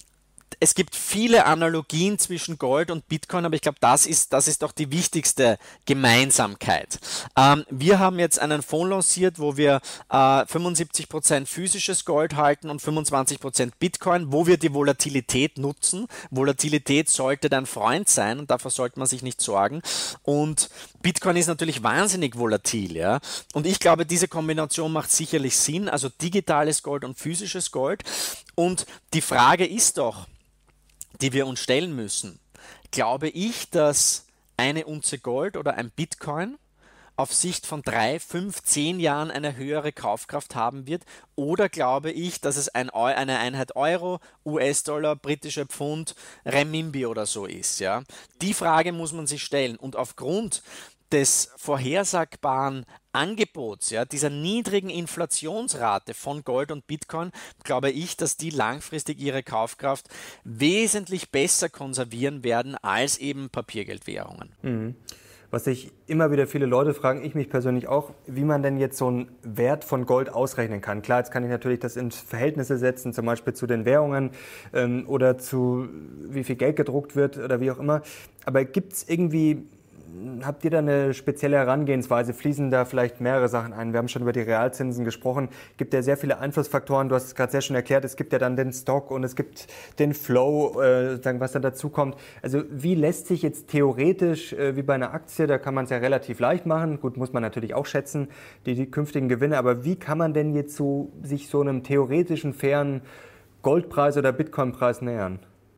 S2: Es gibt viele Analogien zwischen Gold und Bitcoin, aber ich glaube, das ist, das ist doch die wichtigste Gemeinsamkeit. Ähm, wir haben jetzt einen Fonds lanciert, wo wir äh, fünfundsiebzig Prozent physisches Gold halten und fünfundzwanzig Prozent Bitcoin, wo wir die Volatilität nutzen. Volatilität sollte dein Freund sein und davor sollte man sich nicht sorgen. Und Bitcoin ist natürlich wahnsinnig volatil, ja. Und ich glaube, diese Kombination macht sicherlich Sinn, also digitales Gold und physisches Gold. Und die Frage ist doch, die wir uns stellen müssen. Glaube ich, dass eine Unze Gold oder ein Bitcoin auf Sicht von drei, fünf, zehn Jahren eine höhere Kaufkraft haben wird? Oder glaube ich, dass es ein Eu- eine Einheit Euro, U S-Dollar, britische Pfund, Renminbi oder so ist? Ja? Die Frage muss man sich stellen. Und aufgrund des vorhersagbaren Angebots, ja, dieser niedrigen Inflationsrate von Gold und Bitcoin, glaube ich, dass die langfristig ihre Kaufkraft wesentlich besser konservieren werden als eben Papiergeldwährungen.
S1: Mhm. Was sich immer wieder viele Leute fragen, ich mich persönlich auch, wie man denn jetzt so einen Wert von Gold ausrechnen kann. Klar, jetzt kann ich natürlich das in Verhältnisse setzen, zum Beispiel zu den Währungen ähm, oder zu wie viel Geld gedruckt wird oder wie auch immer. Aber gibt es irgendwie, habt ihr da eine spezielle Herangehensweise? Fließen da vielleicht mehrere Sachen ein? Wir haben schon über die Realzinsen gesprochen. Es gibt ja sehr viele Einflussfaktoren. Du hast es gerade sehr schön erklärt. Es gibt ja dann den Stock und es gibt den Flow, äh, was dann dazu kommt. Also wie lässt sich jetzt theoretisch, äh, wie bei einer Aktie, da kann man es ja relativ leicht machen. Gut, muss man natürlich auch schätzen, die, die künftigen Gewinne. Aber wie kann man denn jetzt so, sich so einem theoretischen, fairen Goldpreis oder Bitcoinpreis nähern?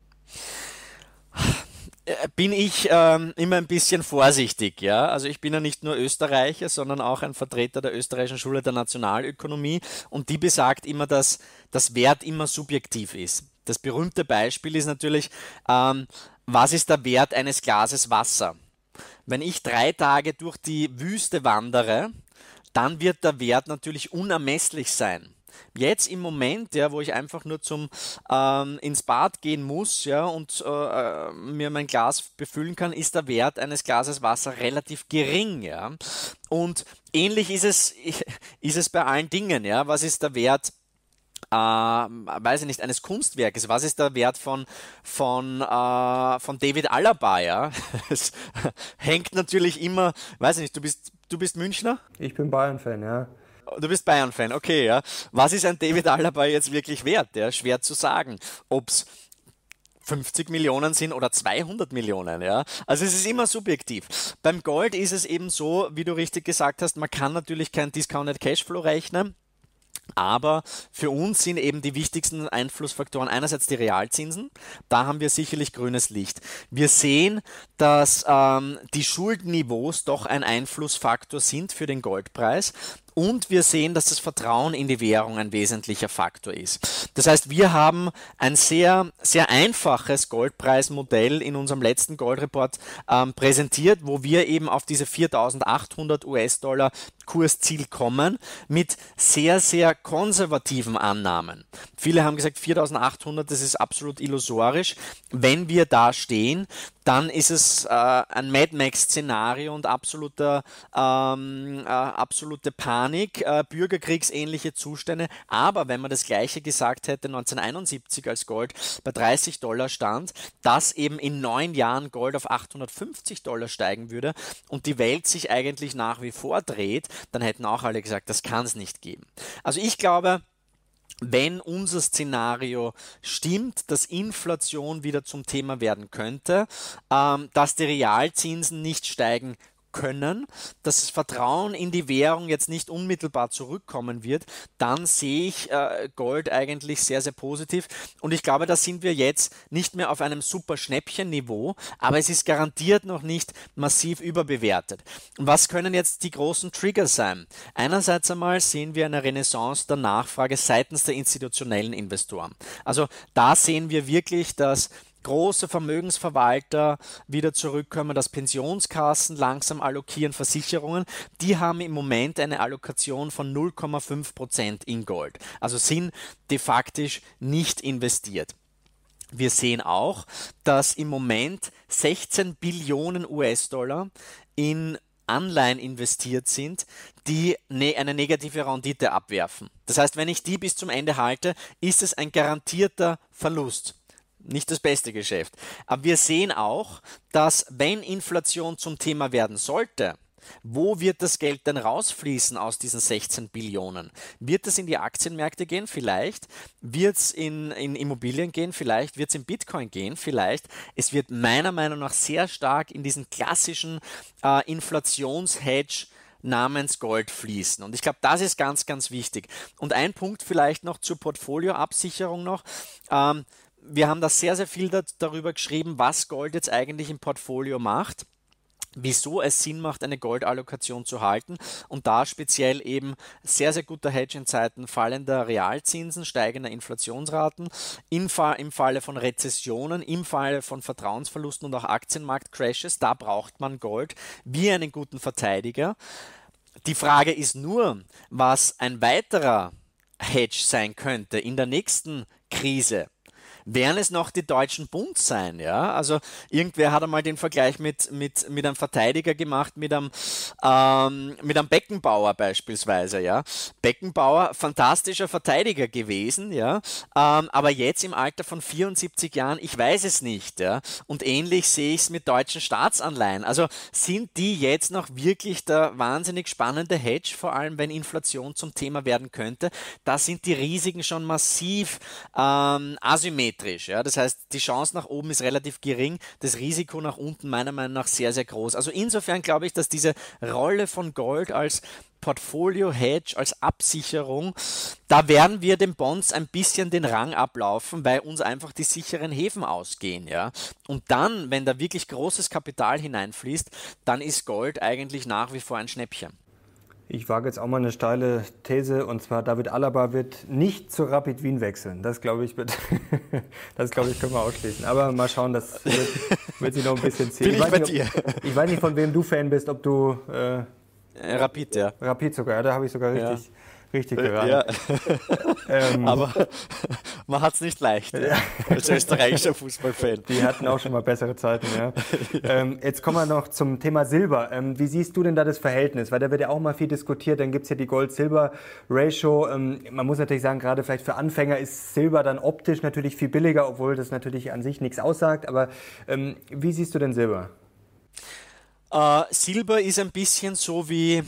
S2: Bin ich ähm, immer ein bisschen vorsichtig, ja. Also ich bin ja nicht nur Österreicher, sondern auch ein Vertreter der österreichischen Schule der Nationalökonomie und die besagt immer, dass das Wert immer subjektiv ist. Das berühmte Beispiel ist natürlich, ähm, was ist der Wert eines Glases Wasser? Wenn ich drei Tage durch die Wüste wandere, dann wird der Wert natürlich unermesslich sein. Jetzt im Moment, ja, wo ich einfach nur zum ähm, ins Bad gehen muss, ja, und äh, mir mein Glas befüllen kann, ist der Wert eines Glases Wasser relativ gering, ja. Und ähnlich ist es ist es bei allen Dingen, ja. Was ist der Wert äh, weiß ich nicht, eines Kunstwerkes. Was ist der Wert von, von, äh, von David Alaba? Ja? Es hängt natürlich immer, weiß ich nicht, du bist, du bist Münchner?
S1: Ich bin Bayern-Fan, ja.
S2: Du bist Bayern-Fan, okay, ja. Was ist ein David Alaba jetzt wirklich wert? Ja? Schwer zu sagen. Ob's fünfzig Millionen sind oder zweihundert Millionen, ja. Also es ist immer subjektiv. Beim Gold ist es eben so, wie du richtig gesagt hast, man kann natürlich kein Discounted Cashflow rechnen. Aber für uns sind eben die wichtigsten Einflussfaktoren einerseits die Realzinsen, da haben wir sicherlich grünes Licht. Wir sehen, dass ähm, die Schuldenniveaus doch ein Einflussfaktor sind für den Goldpreis. Und wir sehen, dass das Vertrauen in die Währung ein wesentlicher Faktor ist. Das heißt, wir haben ein sehr, sehr einfaches Goldpreismodell in unserem letzten Goldreport ähm, präsentiert, wo wir eben auf diese viertausendachthundert US-Dollar Kursziel kommen mit sehr, sehr konservativen Annahmen. Viele haben gesagt, viertausendachthundert, das ist absolut illusorisch. Wenn wir da stehen, dann ist es äh, ein Mad Max-Szenario und absoluter, ähm, äh, absolute Panik, äh, bürgerkriegsähnliche Zustände. Aber wenn man das Gleiche gesagt hätte neunzehnhunderteinundsiebzig, als Gold bei dreißig Dollar stand, dass eben in neun Jahren Gold auf achthundertfünfzig Dollar steigen würde und die Welt sich eigentlich nach wie vor dreht, dann hätten auch alle gesagt, das kann es nicht geben. Also ich glaube, wenn unser Szenario stimmt, dass Inflation wieder zum Thema werden könnte, ähm, dass die Realzinsen nicht steigen können, dass das Vertrauen in die Währung jetzt nicht unmittelbar zurückkommen wird, dann sehe ich äh, Gold eigentlich sehr, sehr positiv. Und ich glaube, da sind wir jetzt nicht mehr auf einem super Schnäppchen-Niveau, aber es ist garantiert noch nicht massiv überbewertet. Und was können jetzt die großen Trigger sein? Einerseits einmal sehen wir eine Renaissance der Nachfrage seitens der institutionellen Investoren. Also da sehen wir wirklich, dass große Vermögensverwalter wieder zurückkommen, dass Pensionskassen langsam allokieren, Versicherungen, die haben im Moment eine Allokation von null Komma fünf Prozent in Gold, also sind de facto nicht investiert. Wir sehen auch, dass im Moment sechzehn Billionen US-Dollar in Anleihen investiert sind, die ne- eine negative Rendite abwerfen. Das heißt, wenn ich die bis zum Ende halte, ist es ein garantierter Verlust. Nicht das beste Geschäft. Aber wir sehen auch, dass wenn Inflation zum Thema werden sollte, wo wird das Geld denn rausfließen aus diesen sechzehn Billionen? Wird es in die Aktienmärkte gehen? Vielleicht. Wird es in, in Immobilien gehen? Vielleicht. Wird es in Bitcoin gehen? Vielleicht. Es wird meiner Meinung nach sehr stark in diesen klassischen äh, Inflationshedge namens Gold fließen. Und ich glaube, das ist ganz, ganz wichtig. Und ein Punkt vielleicht noch zur Portfolioabsicherung noch. Ähm, Wir haben da sehr, sehr viel da, darüber geschrieben, was Gold jetzt eigentlich im Portfolio macht, wieso es Sinn macht, eine Goldallokation zu halten und da speziell eben sehr, sehr guter Hedge in Zeiten fallender Realzinsen, steigender Inflationsraten, im, Fall, im Falle von Rezessionen, im Falle von Vertrauensverlusten und auch Aktienmarktcrashes, da braucht man Gold wie einen guten Verteidiger. Die Frage ist nur, was ein weiterer Hedge sein könnte in der nächsten Krise. Werden es noch die deutschen Bund sein, ja? Also irgendwer hat einmal den Vergleich mit, mit, mit einem Verteidiger gemacht, mit einem, ähm, mit einem Beckenbauer beispielsweise, ja? Beckenbauer, fantastischer Verteidiger gewesen, ja? Ähm, aber jetzt im Alter von vierundsiebzig Jahren, ich weiß es nicht, ja? Und ähnlich sehe ich es mit deutschen Staatsanleihen. Also sind die jetzt noch wirklich der wahnsinnig spannende Hedge, vor allem wenn Inflation zum Thema werden könnte? Da sind die Risiken schon massiv ähm, asymmetrisch. Ja? Das heißt, die Chance nach oben ist relativ gering, das Risiko nach unten meiner Meinung nach sehr, sehr groß. Also insofern glaube ich, dass diese Rolle von Gold als Portfolio-Hedge, als Absicherung, da werden wir den Bonds ein bisschen den Rang ablaufen, weil uns einfach die sicheren Häfen ausgehen. Ja? Und dann, wenn da wirklich großes Kapital hineinfließt, dann ist Gold eigentlich nach wie vor ein Schnäppchen.
S1: Ich wage jetzt auch mal eine steile These, und zwar David Alaba wird nicht zu Rapid Wien wechseln. Das glaube ich, wird, das glaube ich, können wir ausschließen. Aber mal schauen, das wird, wird sich noch ein bisschen ziehen.
S2: Bin ich, ich,
S1: bei
S2: nicht,
S1: dir. Ob, ich weiß nicht, von wem du Fan bist, ob du... Äh,
S2: Rapid, ja.
S1: Rapid sogar, ja, da habe ich sogar richtig, Richtig geraten.
S2: Ja.
S1: ähm,
S2: Aber man hat es nicht leicht, ja. Als österreichischer Fußballfan.
S1: Die hatten auch schon mal bessere Zeiten, ja. ähm, jetzt kommen wir noch zum Thema Silber. Ähm, wie siehst du denn da das Verhältnis? Weil da wird ja auch mal viel diskutiert, dann gibt es ja die Gold-Silber-Ratio. Ähm, man muss natürlich sagen, gerade vielleicht für Anfänger ist Silber dann optisch natürlich viel billiger, obwohl das natürlich an sich nichts aussagt. Aber ähm, wie siehst du denn Silber?
S2: Äh, Silber ist ein bisschen so wie...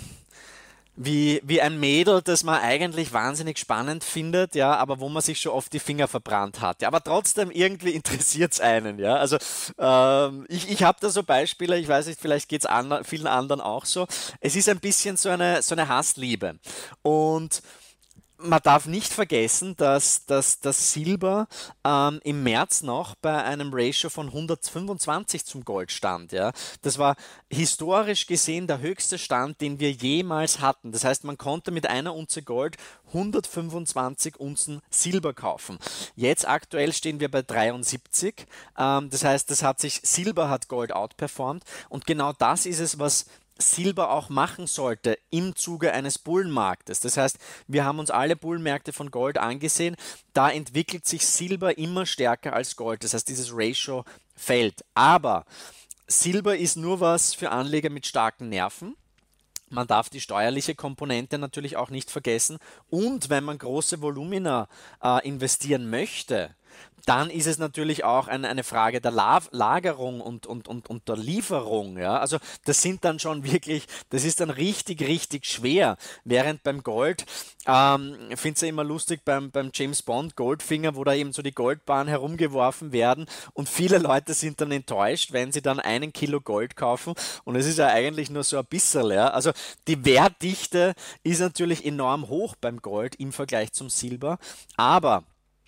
S2: Wie, wie ein Mädel, das man eigentlich wahnsinnig spannend findet, ja, aber wo man sich schon oft die Finger verbrannt hat. Ja, aber trotzdem irgendwie interessiert es einen, ja. Also ähm, ich, ich habe da so Beispiele, ich weiß nicht, vielleicht geht es an, vielen anderen auch so. Es ist ein bisschen so eine, so eine Hassliebe. Und man darf nicht vergessen, dass, dass das Silber ähm, im März noch bei einem Ratio von hundertfünfundzwanzig zum Gold stand. Ja. Das war historisch gesehen der höchste Stand, den wir jemals hatten. Das heißt, man konnte mit einer Unze Gold hundertfünfundzwanzig Unzen Silber kaufen. Jetzt aktuell stehen wir bei dreiundsiebzig. Ähm, das heißt, das hat sich, Silber hat Gold outperformed. Und genau das ist es, was Silber auch machen sollte im Zuge eines Bullenmarktes. Das heißt, wir haben uns alle Bullenmärkte von Gold angesehen. Da entwickelt sich Silber immer stärker als Gold. Das heißt, dieses Ratio fällt. Aber Silber ist nur was für Anleger mit starken Nerven. Man darf die steuerliche Komponente natürlich auch nicht vergessen. Und wenn man große Volumina äh, investieren möchte, dann ist es natürlich auch ein, eine Frage der La Lagerung und, und, und, und der Lieferung. Ja? Also das sind dann schon wirklich, das ist dann richtig, richtig schwer. Während beim Gold, ähm, ich finde es ja immer lustig beim, beim James Bond Goldfinger, wo da eben so die Goldbarren herumgeworfen werden und viele Leute sind dann enttäuscht, wenn sie dann einen Kilo Gold kaufen und es ist ja eigentlich nur so ein bisschen. Ja? Also die Wertdichte ist natürlich enorm hoch beim Gold im Vergleich zum Silber, aber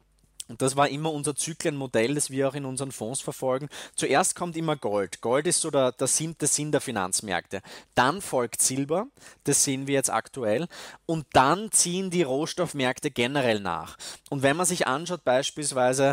S2: und das war immer unser Zyklenmodell, das wir auch in unseren Fonds verfolgen. Zuerst kommt immer Gold. Gold ist so der, der, Sinn, der Sinn der Finanzmärkte. Dann folgt Silber, das sehen wir jetzt aktuell. Und dann ziehen die Rohstoffmärkte generell nach. Und wenn man sich anschaut, beispielsweise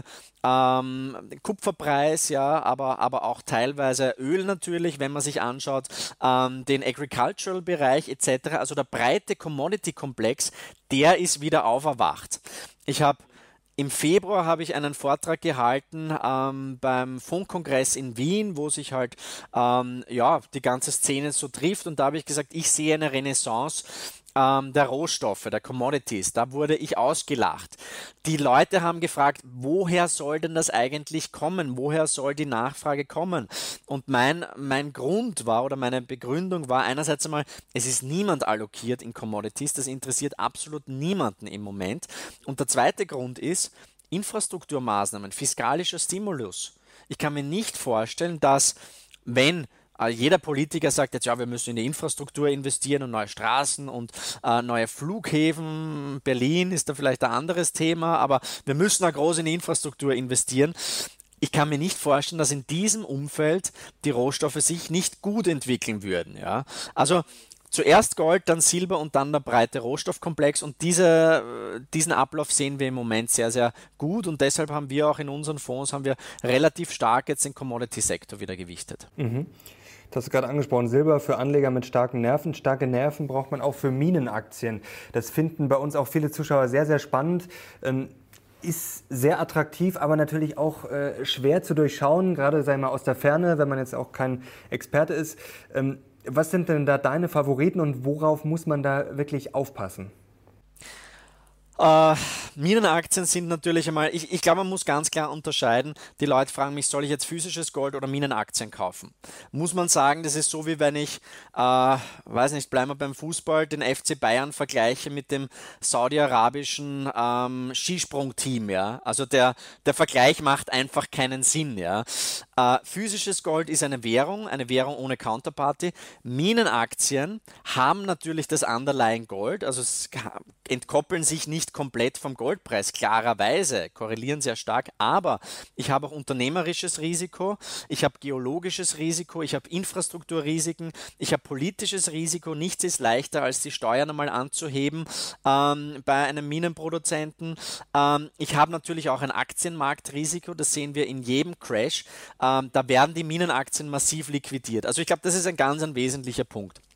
S2: ähm, Kupferpreis, ja, aber, aber auch teilweise Öl natürlich, wenn man sich anschaut, ähm, den Agricultural-Bereich et cetera, also der breite Commodity-Komplex, der ist wieder auferwacht. Ich habe Im Februar habe ich einen Vortrag gehalten ähm, beim Fondskongress in Wien, wo sich halt ähm, ja, die ganze Szene so trifft und da habe ich gesagt, ich sehe eine Renaissance ähm, der Rohstoffe, der Commodities. Da wurde ich ausgelacht. Die Leute haben gefragt, woher soll denn das eigentlich kommen? Woher soll die Nachfrage kommen? Und mein, mein Grund war oder meine Begründung war einerseits einmal, es ist niemand allokiert in Commodities, das interessiert absolut niemanden im Moment. Und der zweite Grund ist, Infrastrukturmaßnahmen, fiskalischer Stimulus. Ich kann mir nicht vorstellen, dass wenn äh, jeder Politiker sagt jetzt, ja, wir müssen in die Infrastruktur investieren und neue Straßen und äh, neue Flughäfen, Berlin ist da vielleicht ein anderes Thema, aber wir müssen da groß in die Infrastruktur investieren. Ich kann mir nicht vorstellen, dass in diesem Umfeld die Rohstoffe sich nicht gut entwickeln würden. Ja? Also zuerst Gold, dann Silber und dann der breite Rohstoffkomplex und diese, diesen Ablauf sehen wir im Moment sehr, sehr gut und deshalb haben wir auch in unseren Fonds haben wir relativ stark jetzt den Commodity-Sektor wieder gewichtet.
S1: Mhm. Das hast du gerade angesprochen, Silber für Anleger mit starken Nerven. Starke Nerven braucht man auch für Minenaktien. Das finden bei uns auch viele Zuschauer sehr, sehr spannend. Ähm, ist sehr attraktiv, aber natürlich auch äh, schwer zu durchschauen, gerade sei mal aus der Ferne, wenn man jetzt auch kein Experte ist. Ähm, Was sind denn da deine Favoriten und worauf muss man da wirklich aufpassen?
S2: Äh, Minenaktien sind natürlich einmal, ich, ich glaube, man muss ganz klar unterscheiden. Die Leute fragen mich, soll ich jetzt physisches Gold oder Minenaktien kaufen? Muss man sagen, das ist so, wie wenn ich, äh, weiß nicht, bleiben wir beim Fußball, den F C Bayern vergleiche mit dem saudi-arabischen ähm, Skisprungteam. Ja? Also der, der Vergleich macht einfach keinen Sinn. Ja? Äh, physisches Gold ist eine Währung, eine Währung ohne Counterparty. Minenaktien haben natürlich das Underlying Gold, also es entkoppeln sich nicht komplett vom Goldpreis, klarerweise, korrelieren sehr stark, aber ich habe auch unternehmerisches Risiko, ich habe geologisches Risiko, ich habe Infrastrukturrisiken, ich habe politisches Risiko, nichts ist leichter als die Steuern einmal anzuheben ähm, bei einem Minenproduzenten. Ähm, ich habe natürlich auch ein Aktienmarktrisiko, das sehen wir in jedem Crash, ähm, da werden die Minenaktien massiv liquidiert. Also ich glaube, das ist ein ganz ein wesentlicher Punkt.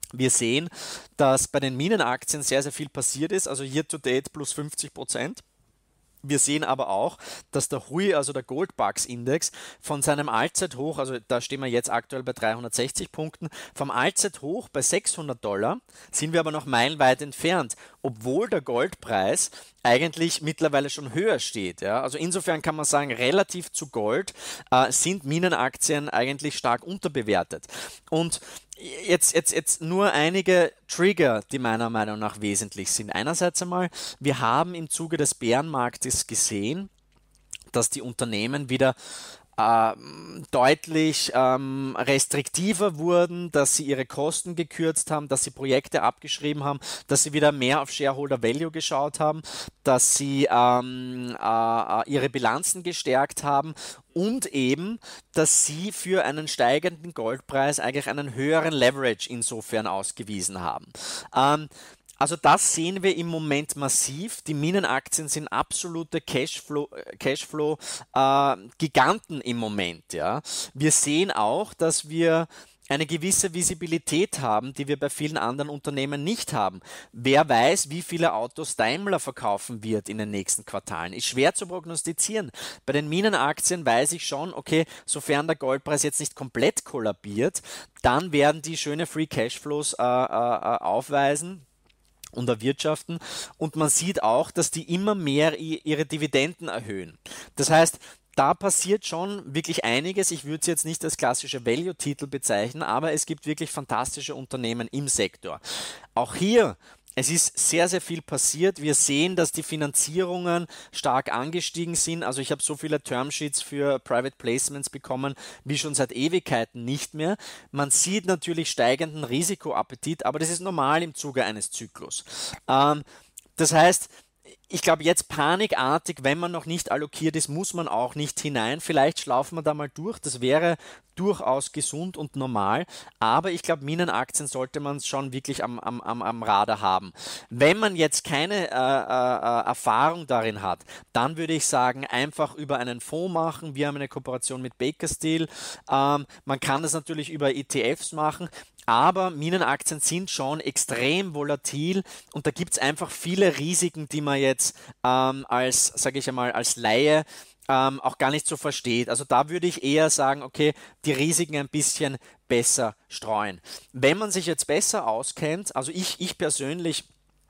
S2: Wir sehen, dass bei den Minenaktien sehr, sehr viel passiert ist, also year to date plus fünfzig Prozent. Wir sehen aber auch, dass der Hui, also der Goldbugs-Index, von seinem Allzeithoch, also da stehen wir jetzt aktuell bei dreihundertsechzig Punkten, vom Allzeithoch bei sechshundert Dollar sind wir aber noch meilenweit entfernt, obwohl der Goldpreis eigentlich mittlerweile schon höher steht. Ja? Also insofern kann man sagen, relativ zu Gold äh, sind Minenaktien eigentlich stark unterbewertet. Und Jetzt, jetzt, jetzt nur einige Trigger, die meiner Meinung nach wesentlich sind. Einerseits einmal, wir haben im Zuge des Bärenmarktes gesehen, dass die Unternehmen wieder äh, deutlich ähm, restriktiver wurden, dass sie ihre Kosten gekürzt haben, dass sie Projekte abgeschrieben haben, dass sie wieder mehr auf Shareholder Value geschaut haben, dass sie ähm, äh, ihre Bilanzen gestärkt haben und eben, dass sie für einen steigenden Goldpreis eigentlich einen höheren Leverage insofern ausgewiesen haben. Ähm, Also das sehen wir im Moment massiv. Die Minenaktien sind absolute Cashflow, Cashflow äh, Giganten im Moment. Ja. Wir sehen auch, dass wir eine gewisse Visibilität haben, die wir bei vielen anderen Unternehmen nicht haben. Wer weiß, wie viele Autos Daimler verkaufen wird in den nächsten Quartalen, ist schwer zu prognostizieren. Bei den Minenaktien weiß ich schon, okay, sofern der Goldpreis jetzt nicht komplett kollabiert, dann werden die schöne Free Cashflows äh, äh, aufweisen und erwirtschaften, und man sieht auch, dass die immer mehr ihre Dividenden erhöhen. Das heißt, da passiert schon wirklich einiges. Ich würde es jetzt nicht als klassische Value-Titel bezeichnen, aber es gibt wirklich fantastische Unternehmen im Sektor. Auch hier, es ist sehr, sehr viel passiert. Wir sehen, dass die Finanzierungen stark angestiegen sind. Also ich habe so viele Termsheets für Private Placements bekommen, wie schon seit Ewigkeiten nicht mehr. Man sieht natürlich steigenden Risikoappetit, aber das ist normal im Zuge eines Zyklus. Ähm, das heißt, ich glaube, jetzt panikartig, wenn man noch nicht allokiert ist, muss man auch nicht hinein. Vielleicht schlafen wir da mal durch. Das wäre durchaus gesund und normal. Aber ich glaube, Minenaktien sollte man schon wirklich am, am, am, am Radar haben. Wenn man jetzt keine äh, äh, Erfahrung darin hat, dann würde ich sagen, einfach über einen Fonds machen. Wir haben eine Kooperation mit Baker Steel. Ähm, man kann das natürlich über E T Fs machen. Aber Minenaktien sind schon extrem volatil, und da gibt es einfach viele Risiken, die man jetzt ähm, als, sage ich einmal, als Laie ähm, auch gar nicht so versteht. Also da würde ich eher sagen, okay, die Risiken ein bisschen besser streuen. Wenn man sich jetzt besser auskennt, also ich, ich persönlich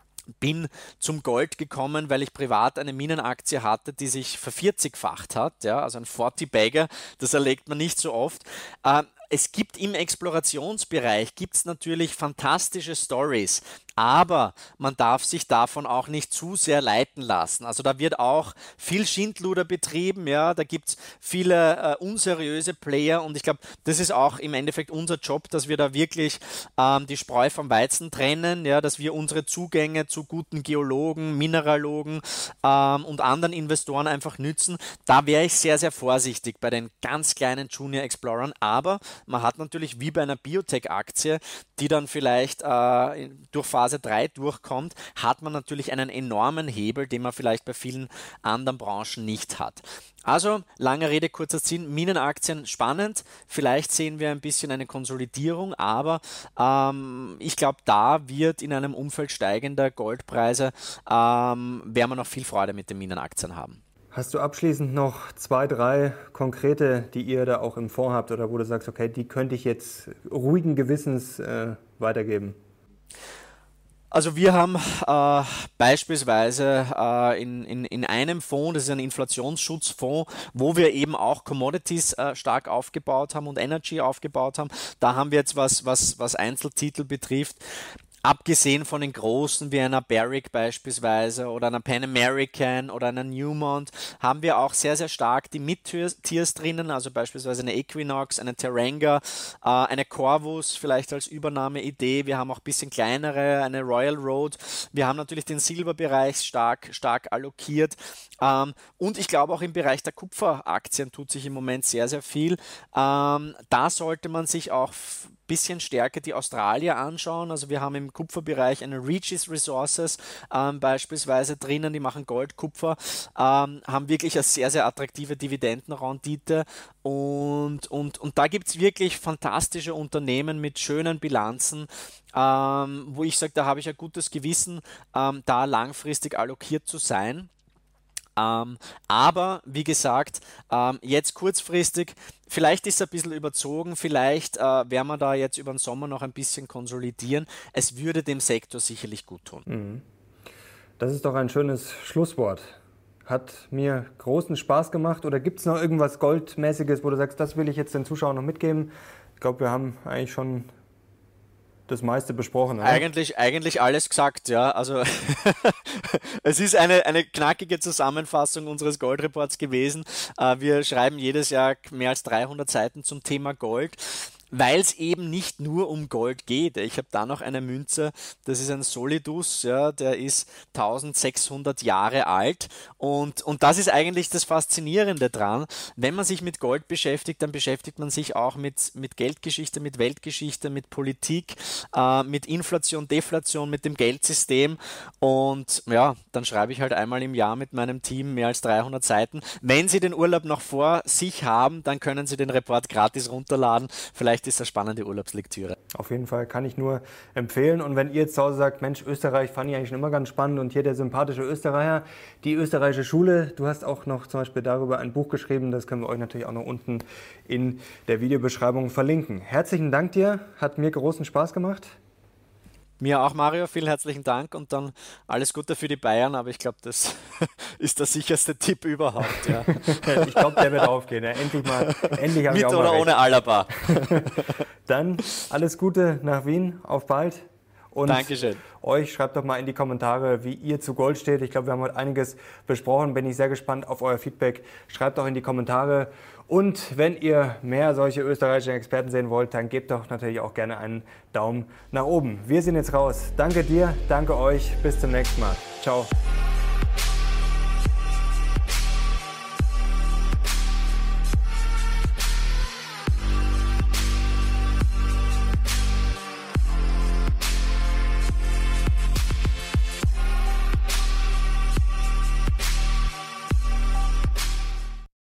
S2: bin zum Gold gekommen, weil ich privat eine Minenaktie hatte, die sich vervierzigfacht hat, ja, also ein vierzig-Bagger, das erlegt man nicht so oft. Ähm, Es gibt im Explorationsbereich gibt's natürlich fantastische Stories, aber man darf sich davon auch nicht zu sehr leiten lassen. Also da wird auch viel Schindluder betrieben, ja, da gibt es viele äh, unseriöse Player, und ich glaube, das ist auch im Endeffekt unser Job, dass wir da wirklich ähm, die Spreu vom Weizen trennen, ja, dass wir unsere Zugänge zu guten Geologen, Mineralogen ähm, und anderen Investoren einfach nützen. Da wäre ich sehr, sehr vorsichtig bei den ganz kleinen Junior Explorern, aber man hat natürlich wie bei einer Biotech-Aktie, die dann vielleicht äh, durch Phase drei durchkommt, hat man natürlich einen enormen Hebel, den man vielleicht bei vielen anderen Branchen nicht hat. Also, lange Rede, kurzer Sinn, Minenaktien spannend, vielleicht sehen wir ein bisschen eine Konsolidierung, aber ähm, ich glaube, da wird in einem Umfeld steigender Goldpreise, ähm, werden wir noch viel Freude mit den Minenaktien haben.
S1: Hast du abschließend noch zwei, drei konkrete, die ihr da auch im Fonds habt, oder wo du sagst, okay, die könnte ich jetzt ruhigen Gewissens äh, weitergeben?
S2: Also wir haben äh, beispielsweise äh, in, in, in einem Fonds, das ist ein Inflationsschutzfonds, wo wir eben auch Commodities äh, stark aufgebaut haben und Energy aufgebaut haben. Da haben wir jetzt was, was, was Einzeltitel betrifft, abgesehen von den großen wie einer Barrick beispielsweise oder einer Pan American oder einer Newmont, haben wir auch sehr, sehr stark die Mid-Tiers drinnen, also beispielsweise eine Equinox, eine Teranga, äh, eine Corvus vielleicht als Übernahmeidee. Wir haben auch ein bisschen kleinere, eine Royal Road. Wir haben natürlich den Silberbereich stark, stark allokiert. Ähm, und ich glaube auch im Bereich der Kupferaktien tut sich im Moment sehr, sehr viel. Ähm, da sollte man sich auch bisschen stärker die Australier anschauen. Also wir haben im Kupferbereich eine Regis Resources ähm, beispielsweise drinnen, die machen Gold, Kupfer, ähm, haben wirklich eine sehr, sehr attraktive Dividendenrendite und, und, und da gibt es wirklich fantastische Unternehmen mit schönen Bilanzen, ähm, wo ich sage, da habe ich ein gutes Gewissen, ähm, da langfristig allokiert zu sein. Ähm, aber, wie gesagt, ähm, jetzt kurzfristig, vielleicht ist es ein bisschen überzogen, vielleicht äh, werden wir da jetzt über den Sommer noch ein bisschen konsolidieren. Es würde dem Sektor sicherlich gut tun.
S1: Mhm. Das ist doch ein schönes Schlusswort. Hat mir großen Spaß gemacht. Oder gibt es noch irgendwas Goldmäßiges, wo du sagst, das will ich jetzt den Zuschauern noch mitgeben? Ich glaube, wir haben eigentlich schon das meiste besprochen, oder?
S2: Eigentlich, eigentlich alles gesagt, ja. Also es ist eine, eine knackige Zusammenfassung unseres Goldreports gewesen. Äh, wir schreiben jedes Jahr mehr als dreihundert Seiten zum Thema Gold, weil es eben nicht nur um Gold geht. Ich habe da noch eine Münze, das ist ein Solidus, ja, der ist eintausendsechshundert Jahre alt und, und das ist eigentlich das Faszinierende dran. Wenn man sich mit Gold beschäftigt, dann beschäftigt man sich auch mit, mit Geldgeschichte, mit Weltgeschichte, mit Politik, äh, mit Inflation, Deflation, mit dem Geldsystem und ja, dann schreibe ich halt einmal im Jahr mit meinem Team mehr als dreihundert Seiten. Wenn Sie den Urlaub noch vor sich haben, dann können Sie den Report gratis runterladen. Vielleicht ist das spannende Urlaubslektüre.
S1: Auf jeden Fall kann ich nur empfehlen. Und wenn ihr jetzt zu Hause sagt, Mensch, Österreich fand ich eigentlich schon immer ganz spannend und hier der sympathische Österreicher, die österreichische Schule, du hast auch noch zum Beispiel darüber ein Buch geschrieben, das können wir euch natürlich auch noch unten in der Videobeschreibung verlinken. Herzlichen Dank dir, hat mir großen Spaß gemacht.
S2: Mir auch, Mario, vielen herzlichen Dank und dann alles Gute für die Bayern, aber ich glaube, das ist der sicherste Tipp überhaupt. Ja.
S1: Ich glaube, der wird aufgehen. Ja. Endlich mal, endlich habe ich auch
S2: Mit
S1: mal
S2: oder
S1: recht.
S2: ohne Alaba.
S1: Dann alles Gute nach Wien, auf bald. Und
S2: Dankeschön.
S1: Euch schreibt doch mal in die Kommentare, wie ihr zu Gold steht. Ich glaube, wir haben heute einiges besprochen. Bin ich sehr gespannt auf euer Feedback. Schreibt doch in die Kommentare. Und wenn ihr mehr solche österreichischen Experten sehen wollt, dann gebt doch natürlich auch gerne einen Daumen nach oben. Wir sind jetzt raus. Danke dir, danke euch. Bis zum nächsten Mal. Ciao.